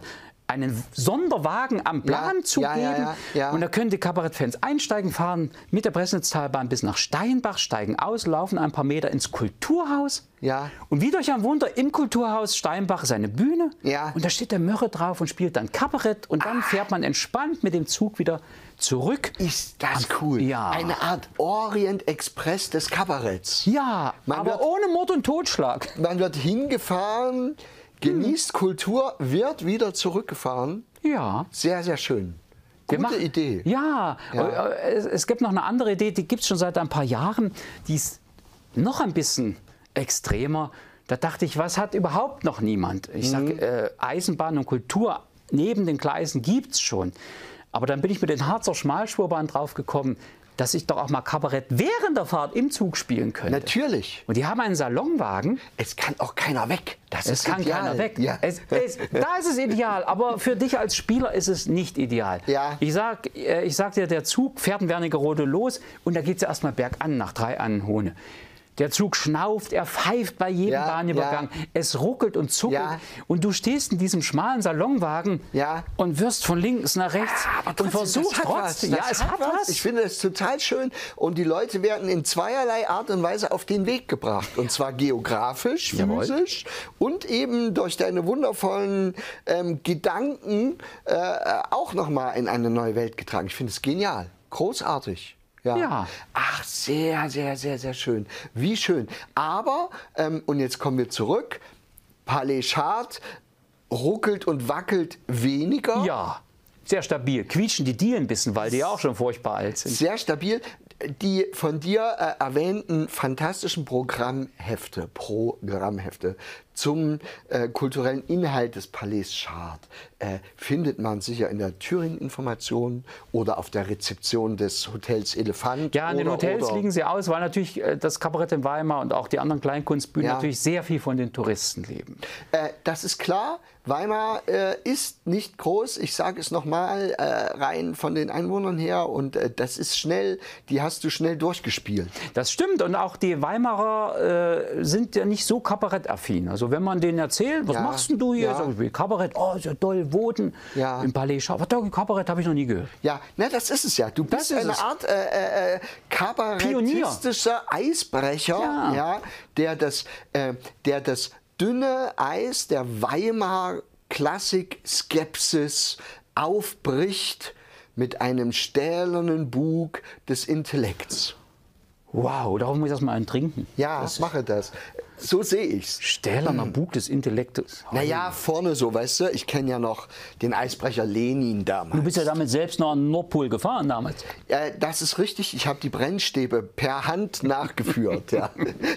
Speaker 2: einen Sonderwagen am Plan
Speaker 1: Ja,
Speaker 2: zu
Speaker 1: ja,
Speaker 2: geben.
Speaker 1: ja, ja, ja.
Speaker 2: Und da können die Kabarettfans einsteigen, fahren mit der Bresnitztalbahn bis nach Steinbach, steigen aus, laufen ein paar Meter ins Kulturhaus.
Speaker 1: Ja.
Speaker 2: Und wie durch ein Wunder im Kulturhaus Steinbach ist eine Bühne.
Speaker 1: Ja.
Speaker 2: Und da steht der Mörre drauf und spielt dann Kabarett. Und dann fährt man entspannt mit dem Zug wieder zurück.
Speaker 1: Ist das cool.
Speaker 2: Ja.
Speaker 1: Eine Art Orient Express des Kabaretts.
Speaker 2: Ja,
Speaker 1: Man
Speaker 2: aber
Speaker 1: wird-
Speaker 2: ohne Mord und Totschlag.
Speaker 1: Man wird hingefahren, genießt Kultur, wird wieder zurückgefahren.
Speaker 2: Ja.
Speaker 1: Sehr, sehr schön.
Speaker 2: Wir
Speaker 1: Gute
Speaker 2: machen-
Speaker 1: Idee.
Speaker 2: Ja,
Speaker 1: Ja.
Speaker 2: äh, es, es gibt noch eine andere Idee, die gibt es schon seit ein paar Jahren. Die ist noch ein bisschen extremer. Da dachte ich, was hat überhaupt noch niemand? Ich sage, äh, Eisenbahn und Kultur neben den Gleisen gibt es schon. Aber dann bin ich mit den Harzer Schmalspurbahn drauf gekommen, dass ich doch auch mal Kabarett während der Fahrt im Zug spielen könnte.
Speaker 1: Natürlich.
Speaker 2: Und die haben einen Salonwagen.
Speaker 1: Es kann auch keiner weg. Das
Speaker 2: Es
Speaker 1: ist
Speaker 2: kann
Speaker 1: ideal.
Speaker 2: keiner weg.
Speaker 1: Ja.
Speaker 2: Es, es, da ist es ideal, aber für dich als Spieler ist es nicht ideal.
Speaker 1: Ja.
Speaker 2: Ich sag, äh, ich sag dir, der Zug fährt in Wernigerode los und da geht es ja erstmal bergan nach Drei-Annen-Hohne. Der Zug schnauft, er pfeift bei jedem
Speaker 1: Ja,
Speaker 2: Bahnübergang.
Speaker 1: ja.
Speaker 2: Es ruckelt und zuckelt.
Speaker 1: Ja.
Speaker 2: Und du stehst in diesem schmalen Salonwagen
Speaker 1: Ja.
Speaker 2: und wirst von links nach rechts
Speaker 1: Aber
Speaker 2: und
Speaker 1: trotzdem,
Speaker 2: versuchst
Speaker 1: das hat was.
Speaker 2: trotzdem.
Speaker 1: Das
Speaker 2: Ja, es hat was.
Speaker 1: Ich finde es total schön. Und die Leute werden in zweierlei Art und Weise auf den Weg gebracht. Und zwar geografisch,
Speaker 2: Jawohl.
Speaker 1: physisch und eben durch deine wundervollen ähm, Gedanken äh, auch nochmal in eine neue Welt getragen. Ich finde es genial. Großartig. Ja.
Speaker 2: Ja.
Speaker 1: Ach, sehr, sehr, sehr, sehr schön. Wie schön. Aber, ähm, und jetzt kommen wir zurück, Palais Chart ruckelt und wackelt weniger.
Speaker 2: Ja, sehr stabil. Quietschen die Dielen ein bisschen, weil die ja auch schon furchtbar alt sind.
Speaker 1: Sehr stabil. Die von dir äh, erwähnten fantastischen Programmhefte, Programmhefte zum äh, kulturellen Inhalt des Palais Chart äh, findet man sicher in der Thüringen Information oder auf der Rezeption des Hotels Elefant.
Speaker 2: Ja, in den
Speaker 1: oder,
Speaker 2: Hotels
Speaker 1: oder,
Speaker 2: liegen sie aus, weil natürlich äh, das Kabarett in Weimar und auch die anderen Kleinkunstbühnen
Speaker 1: Ja.
Speaker 2: natürlich sehr viel von den Touristen leben.
Speaker 1: Äh, das ist klar. Weimar äh, ist nicht groß. Ich sage es nochmal, äh, rein von den Einwohnern her. Und äh, das ist schnell, die hast du schnell durchgespielt.
Speaker 2: Das stimmt und auch die Weimarer äh, sind ja nicht so kabarettaffin. Also wenn man denen erzählt, was
Speaker 1: Ja.
Speaker 2: machst denn du hier?
Speaker 1: Ja.
Speaker 2: Sag ich, will Kabarett, oh, ist ja toll, Woden
Speaker 1: Ja.
Speaker 2: im Palais Chart. Was, da, Kabarett habe ich noch nie gehört.
Speaker 1: Ja, na, das ist es ja. Du bist
Speaker 2: ist
Speaker 1: eine
Speaker 2: es.
Speaker 1: Art äh, äh, kabarettistischer Eisbrecher, ja.
Speaker 2: Ja.
Speaker 1: der, das, äh, der das dünne Eis der Weimar Klassik-Skepsis aufbricht mit einem stählernen Bug des Intellekts.
Speaker 2: Wow, darauf muss ich erstmal einen trinken.
Speaker 1: Ja,
Speaker 2: Das
Speaker 1: mache das. So sehe ich's.
Speaker 2: stählerner Bug des Intellektes.
Speaker 1: Naja, vorne so, weißt du, ich kenne ja noch den Eisbrecher Lenin damals.
Speaker 2: Du bist ja damit selbst noch an den Nordpol gefahren damals.
Speaker 1: Äh, das ist richtig, ich habe die Brennstäbe per Hand nachgeführt. Ja.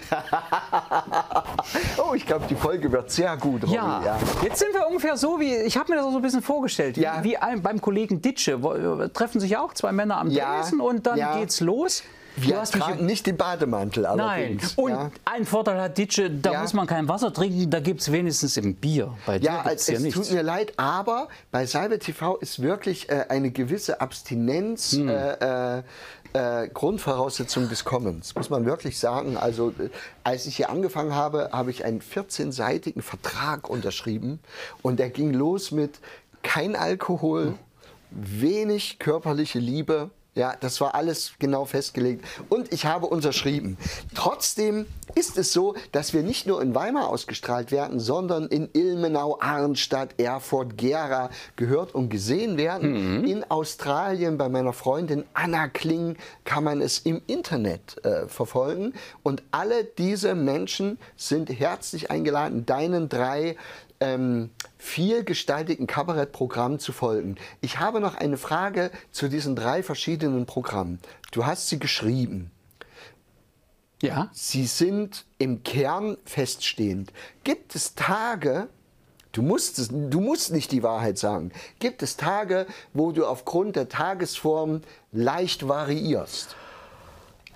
Speaker 1: Oh, ich glaube, die Folge wird sehr gut, Robby.
Speaker 2: Ja.
Speaker 1: Ja.
Speaker 2: Jetzt sind wir ungefähr so wie, ich habe mir das auch so ein bisschen vorgestellt, wie,
Speaker 1: Ja.
Speaker 2: wie ein, beim Kollegen Ditsche. Wo, äh, treffen sich ja auch zwei Männer am
Speaker 1: Ja.
Speaker 2: Tresen und dann
Speaker 1: Ja.
Speaker 2: geht's los.
Speaker 1: Wir
Speaker 2: Du hast mich
Speaker 1: tragen nicht den Bademantel
Speaker 2: Nein.
Speaker 1: allerdings.
Speaker 2: Und
Speaker 1: ja.
Speaker 2: ein Vorteil hat Ditsche, da
Speaker 1: Ja.
Speaker 2: muss man kein Wasser trinken, da gibt es wenigstens im Bier. Bei dir
Speaker 1: Ja,
Speaker 2: gibt's
Speaker 1: es,
Speaker 2: hier
Speaker 1: es
Speaker 2: nichts.
Speaker 1: tut mir leid, aber bei Salbe T V ist wirklich äh, eine gewisse Abstinenz
Speaker 2: Hm.
Speaker 1: äh, äh, äh, Grundvoraussetzung des Kommens, muss man wirklich sagen. Also äh, als ich hier angefangen habe, habe ich einen vierzehnseitigen Vertrag unterschrieben und der ging los mit kein Alkohol, wenig körperliche Liebe. Ja, das war alles genau festgelegt und ich habe unterschrieben. Trotzdem ist es so, dass wir nicht nur in Weimar ausgestrahlt werden, sondern in Ilmenau, Arnstadt, Erfurt, Gera gehört und gesehen werden.
Speaker 2: Mhm.
Speaker 1: In Australien bei meiner Freundin Anna Kling kann man es im Internet äh, verfolgen. Und alle diese Menschen sind herzlich eingeladen, deinen drei ähm, vielgestaltigen Kabarettprogrammen zu folgen. Ich habe noch eine Frage zu diesen drei verschiedenen Programmen. Du hast sie geschrieben.
Speaker 2: Ja,
Speaker 1: Sie sind im Kern feststehend. Gibt es Tage, du musst, es, du musst nicht die Wahrheit sagen, gibt es Tage, wo du aufgrund der Tagesform leicht variierst?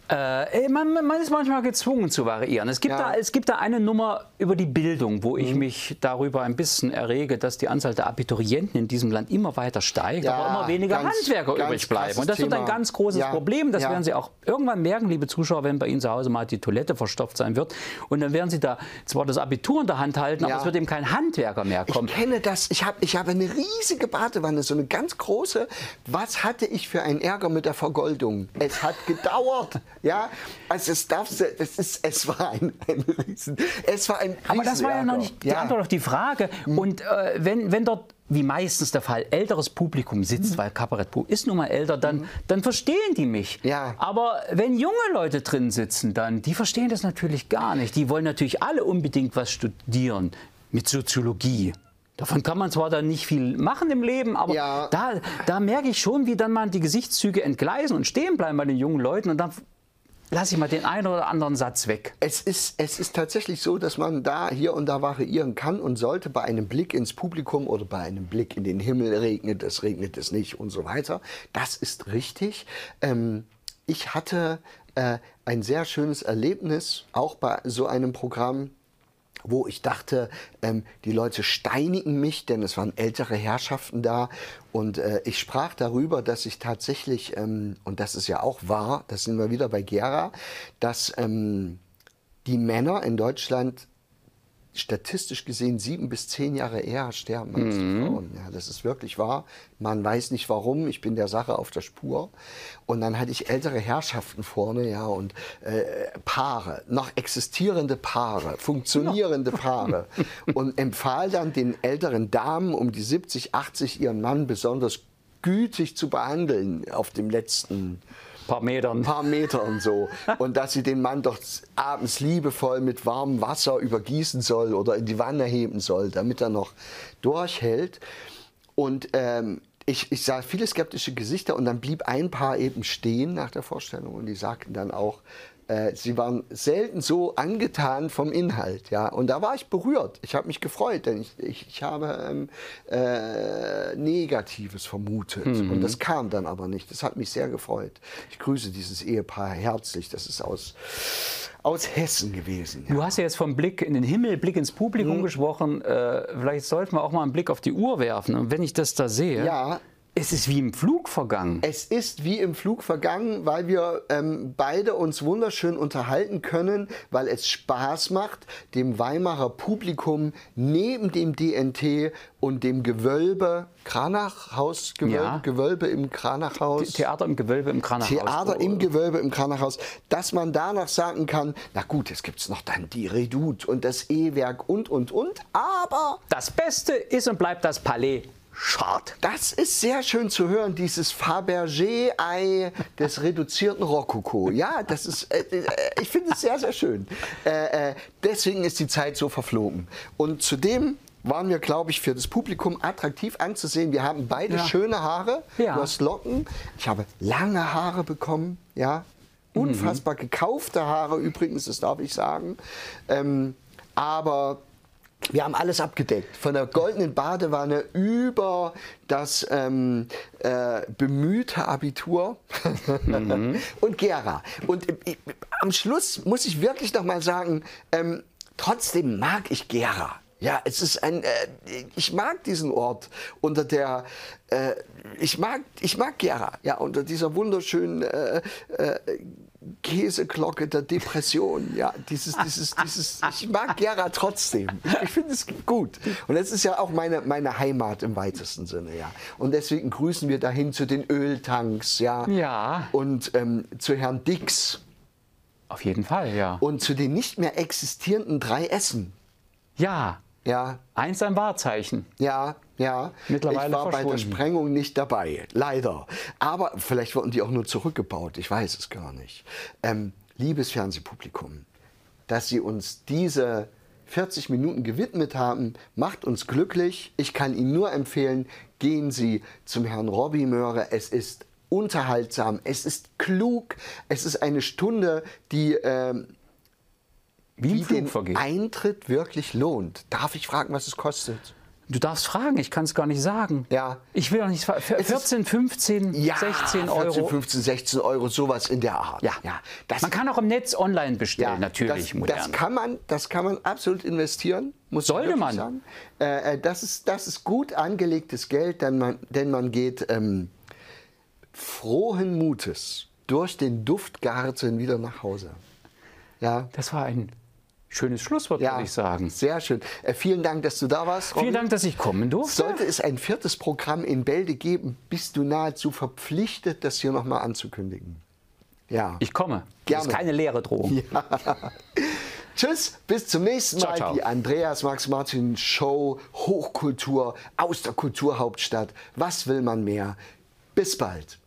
Speaker 2: Äh, man, man ist manchmal gezwungen zu variieren. Es gibt,
Speaker 1: Ja.
Speaker 2: da, es gibt da eine Nummer über die Bildung, wo ich mich darüber ein bisschen errege, dass die Anzahl der Abiturienten in diesem Land immer weiter steigt,
Speaker 1: Ja,
Speaker 2: aber immer weniger
Speaker 1: ganz-
Speaker 2: Handwerker
Speaker 1: ganz
Speaker 2: übrig bleiben.
Speaker 1: krasses
Speaker 2: Und das wird ein
Speaker 1: Thema.
Speaker 2: ganz großes
Speaker 1: Ja,
Speaker 2: Problem. Das
Speaker 1: ja.
Speaker 2: werden Sie auch irgendwann merken, liebe Zuschauer, wenn bei Ihnen zu Hause mal die Toilette verstopft sein wird. Und dann werden Sie da zwar das Abitur in der Hand halten, aber
Speaker 1: Ja.
Speaker 2: es wird eben kein Handwerker mehr kommen.
Speaker 1: Ich kenne das. Ich habe ich hab eine riesige Badewanne, so eine ganz große. Was hatte ich für einen Ärger mit der Vergoldung? Es hat gedauert. Ja, also es darf, es ist, es war ein, ein Riesen, es war ein
Speaker 2: Aber das war ja noch nicht die
Speaker 1: ja.
Speaker 2: Antwort auf die Frage. Und äh, wenn, wenn dort, wie meistens der Fall, älteres Publikum sitzt, weil Kabarett ist nun mal älter, dann, dann verstehen die mich.
Speaker 1: Ja.
Speaker 2: Aber wenn junge Leute drin sitzen, dann, die verstehen das natürlich gar nicht. Die wollen natürlich alle unbedingt was studieren mit Soziologie. Davon kann man zwar dann nicht viel machen im Leben, aber
Speaker 1: Ja.
Speaker 2: da, da merke ich schon, wie dann mal die Gesichtszüge entgleisen und stehen bleiben bei den jungen Leuten. Und dann lasse ich mal den einen oder anderen Satz weg.
Speaker 1: Es ist, es ist tatsächlich so, dass man da hier und da variieren kann und sollte bei einem Blick ins Publikum oder bei einem Blick in den Himmel, regnet es, regnet es nicht und so weiter. Das ist richtig. Ähm, ich hatte äh, ein sehr schönes Erlebnis, auch bei so einem Programm, wo ich dachte, ähm, die Leute steinigen mich, denn es waren ältere Herrschaften da. Und äh, ich sprach darüber, dass ich tatsächlich, ähm, und das ist ja auch wahr, das sind wir wieder bei Gera, dass ähm, die Männer in Deutschland statistisch gesehen sieben bis zehn Jahre eher sterben als die Frauen. Ja, das ist wirklich wahr. Man weiß nicht warum. Ich bin der Sache auf der Spur. Und dann hatte ich ältere Herrschaften vorne, ja, und äh, Paare, noch existierende Paare, funktionierende Paare. Und empfahl dann den älteren Damen um die siebzig, achtzig ihren Mann besonders gütig zu behandeln auf dem letzten
Speaker 2: Paar Metern.
Speaker 1: paar Meter und so. Und dass sie den Mann doch abends liebevoll mit warmem Wasser übergießen soll oder in die Wanne heben soll, damit er noch durchhält. Und ähm, ich, ich sah viele skeptische Gesichter und dann blieb ein Paar eben stehen nach der Vorstellung und die sagten dann auch, äh, sie waren selten so angetan vom Inhalt. Ja? Und da war ich berührt. Ich habe mich gefreut, denn ich, ich, ich habe ähm, äh, Negatives vermutet. Mhm. Und das kam dann aber nicht. Das hat mich sehr gefreut. Ich grüße dieses Ehepaar herzlich. Das ist aus, aus Hessen gewesen. Ja.
Speaker 2: Du hast ja jetzt vom Blick in den Himmel, Blick ins Publikum mhm. gesprochen. Äh, vielleicht sollten wir auch mal einen Blick auf die Uhr werfen. Und wenn ich das da sehe,
Speaker 1: ja.
Speaker 2: Es ist wie im Flug vergangen.
Speaker 1: Es ist wie im Flug vergangen, weil wir ähm, beide uns wunderschön unterhalten können, weil es Spaß macht, dem Weimarer Publikum neben dem D N T und dem Gewölbe, Kranachhaus, Gewölbe,
Speaker 2: Ja.
Speaker 1: Gewölbe im Kranachhaus.
Speaker 2: Theater im Gewölbe im Kranachhaus.
Speaker 1: Theater im Gewölbe im Kranachhaus, dass man danach sagen kann, na gut, es gibt noch dann die Redoute und das E-Werk und, und, und, aber
Speaker 2: Das Beste ist und bleibt das Palais Schad.
Speaker 1: das ist sehr schön zu hören, dieses Fabergé-Ei des reduzierten Rokoko. Ja, das ist, äh, äh, ich finde es sehr, sehr schön. Äh, äh, deswegen ist die Zeit so verflogen. Und zudem waren wir, glaube ich, für das Publikum attraktiv anzusehen. Wir haben beide
Speaker 2: Ja.
Speaker 1: schöne Haare.
Speaker 2: Ja.
Speaker 1: Du hast Locken. Ich habe lange Haare bekommen. Ja, unfassbar gekaufte Haare übrigens, das darf ich sagen. Ähm, aber wir haben alles abgedeckt, von der goldenen Badewanne über das ähm, äh, bemühte Abitur mhm. und Gera. Und äh, am Schluss muss ich wirklich noch mal sagen, ähm, trotzdem mag ich Gera. Ja, es ist ein, äh, ich mag diesen Ort unter der, äh, ich mag, ich mag Gera, ja, unter dieser wunderschönen äh, äh, Käseglocke der Depression, ja, dieses, dieses, dieses, ich mag Gera trotzdem. Ich, ich finde es gut. Und es ist ja auch meine, meine Heimat im weitesten Sinne, ja. Und deswegen grüßen wir dahin zu den Öltanks, ja.
Speaker 2: Ja.
Speaker 1: Und ähm, zu Herrn Dix.
Speaker 2: Auf jeden Fall, ja.
Speaker 1: Und zu den nicht mehr existierenden drei Essen.
Speaker 2: Ja.
Speaker 1: Ja.
Speaker 2: Eins ein Wahrzeichen.
Speaker 1: Ja, ja.
Speaker 2: Mittlerweile
Speaker 1: ich war bei der
Speaker 2: verschwunden.
Speaker 1: Sprengung nicht dabei, leider. Aber vielleicht wurden die auch nur zurückgebaut, ich weiß es gar nicht. Ähm, liebes Fernsehpublikum, dass Sie uns diese vierzig Minuten gewidmet haben, macht uns glücklich. Ich kann Ihnen nur empfehlen, gehen Sie zum Herrn Robby Möhre. Es ist unterhaltsam, es ist klug, es ist eine Stunde, die... Ähm,
Speaker 2: Wie im
Speaker 1: die
Speaker 2: Flug
Speaker 1: den
Speaker 2: vergeht.
Speaker 1: Eintritt wirklich lohnt. Darf ich fragen, was es kostet?
Speaker 2: Du darfst fragen, ich kann es gar nicht sagen.
Speaker 1: Ja.
Speaker 2: Ich will auch nicht, vierzehn, fünfzehn,
Speaker 1: Ja,
Speaker 2: sechzehn Euro.
Speaker 1: vierzehn, fünfzehn, sechzehn Euro, sowas in der Art.
Speaker 2: Ja.
Speaker 1: Ja, das,
Speaker 2: Man kann auch im Netz online bestellen,
Speaker 1: ja,
Speaker 2: natürlich
Speaker 1: das,
Speaker 2: modern.
Speaker 1: Das kann, man, das kann man absolut investieren, muss ich
Speaker 2: Sollte
Speaker 1: wirklich
Speaker 2: man.
Speaker 1: sagen. Äh, das, ist, das ist gut angelegtes Geld, denn man, denn man geht ähm, frohen Mutes durch den Duftgarten wieder nach Hause. Ja.
Speaker 2: Das war ein schönes Schlusswort,
Speaker 1: Ja,
Speaker 2: würde ich sagen.
Speaker 1: Sehr schön. Äh, vielen Dank, dass du da warst, Robby.
Speaker 2: Vielen Dank, dass ich kommen durfte.
Speaker 1: Sollte es ein viertes Programm in Bälde geben, bist du nahezu verpflichtet, das hier nochmal anzukündigen. Ja.
Speaker 2: Ich komme.
Speaker 1: Gerne.
Speaker 2: Das ist keine leere Drohung.
Speaker 1: Ja. Tschüss, bis zum nächsten Mal.
Speaker 2: Ciao, ciao.
Speaker 1: Die Andreas Max Martin Show, Hochkultur aus der Kulturhauptstadt. Was will man mehr? Bis bald.